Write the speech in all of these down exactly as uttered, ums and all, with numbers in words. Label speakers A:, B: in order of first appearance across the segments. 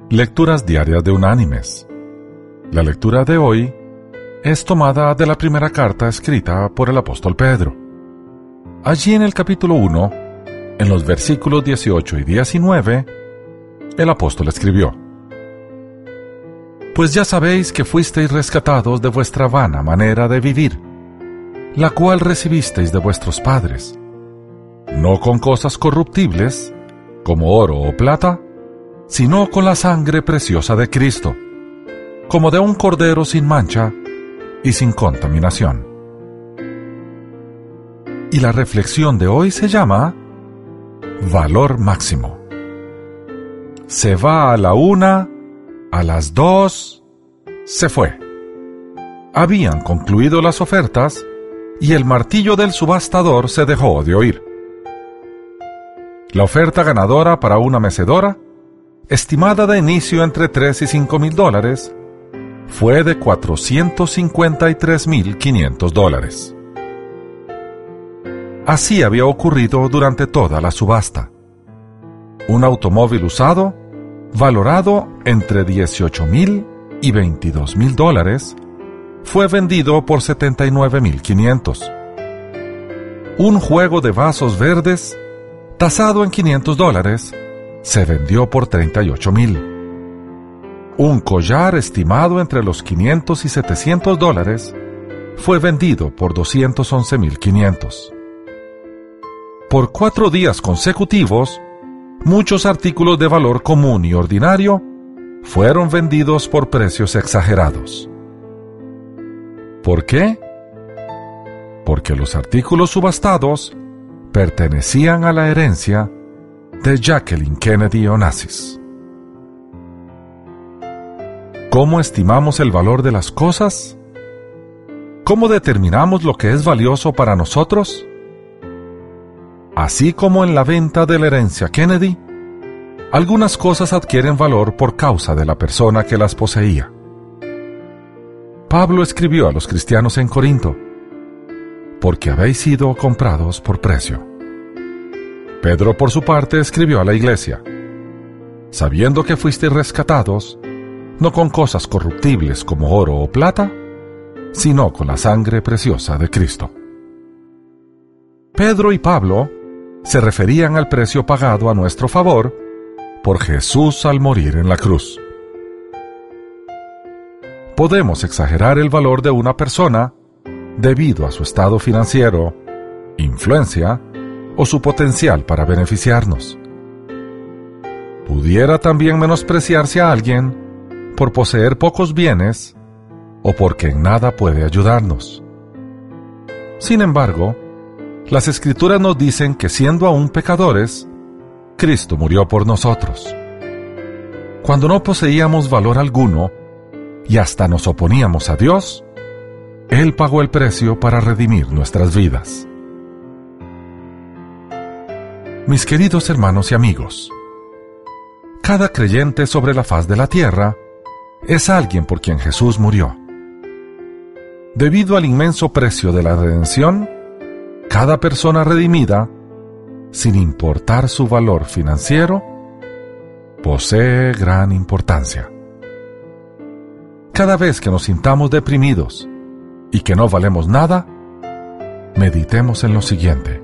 A: Lecturas diarias de Unánimes. La lectura de hoy es tomada de la primera carta escrita por el apóstol Pedro. Allí en el capítulo uno, en los versículos dieciocho y diecinueve, el apóstol escribió: Pues ya sabéis que fuisteis rescatados de vuestra vana manera de vivir, la cual recibisteis de vuestros padres, no con cosas corruptibles, como oro o plata, sino con la sangre preciosa de Cristo, como de un cordero sin mancha y sin contaminación. Y la reflexión de hoy se llama Valor Máximo. Se va a la una, a las dos, se fue. Habían concluido las ofertas y el martillo del subastador se dejó de oír. La oferta ganadora para una mecedora, estimada de inicio entre tres y cinco mil dólares, fue de cuatrocientos cincuenta y tres mil quinientos dólares. Así había ocurrido durante toda la subasta. Un automóvil usado, valorado entre dieciocho mil y veintidós mil dólares, fue vendido por setenta y nueve mil quinientos. Un juego de vasos verdes, tasado en quinientos dólares, se vendió por treinta y ocho mil. Un collar estimado entre los quinientos y setecientos dólares fue vendido por doscientos once mil quinientos. Por cuatro días consecutivos, muchos artículos de valor común y ordinario fueron vendidos por precios exagerados. ¿Por qué? Porque los artículos subastados pertenecían a la herencia de Jacqueline Kennedy Onassis. ¿Cómo estimamos el valor de las cosas? ¿Cómo determinamos lo que es valioso para nosotros? Así como en la venta de la herencia Kennedy, algunas cosas adquieren valor por causa de la persona que las poseía. Pablo escribió a los cristianos en Corinto: porque habéis sido comprados por precio. Pedro, por su parte, escribió a la iglesia: sabiendo que fuisteis rescatados, no con cosas corruptibles como oro o plata, sino con la sangre preciosa de Cristo. Pedro y Pablo se referían al precio pagado a nuestro favor por Jesús al morir en la cruz. Podemos exagerar el valor de una persona debido a su estado financiero, influencia o su potencial para beneficiarnos. Pudiera también menospreciarse a alguien por poseer pocos bienes o porque en nada puede ayudarnos. Sin embargo, las Escrituras nos dicen que siendo aún pecadores, Cristo murió por nosotros. Cuando no poseíamos valor alguno y hasta nos oponíamos a Dios, Él pagó el precio para redimir nuestras vidas. Mis queridos hermanos y amigos, cada creyente sobre la faz de la tierra es alguien por quien Jesús murió. Debido al inmenso precio de la redención, cada persona redimida, sin importar su valor financiero, posee gran importancia. Cada vez que nos sintamos deprimidos y que no valemos nada, meditemos en lo siguiente: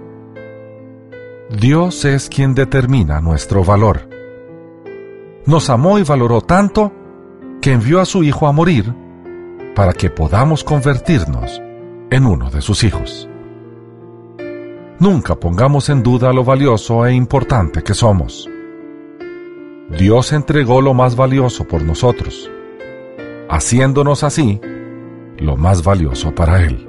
A: Dios es quien determina nuestro valor. Nos amó y valoró tanto que envió a su Hijo a morir para que podamos convertirnos en uno de sus hijos. Nunca pongamos en duda lo valioso e importante que somos. Dios entregó lo más valioso por nosotros, haciéndonos así lo más valioso para Él.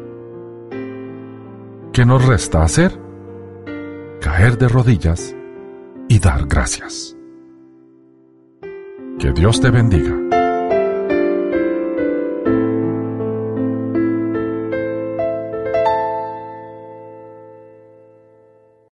A: ¿Qué nos resta hacer? Caer de rodillas y dar gracias. Que Dios te bendiga.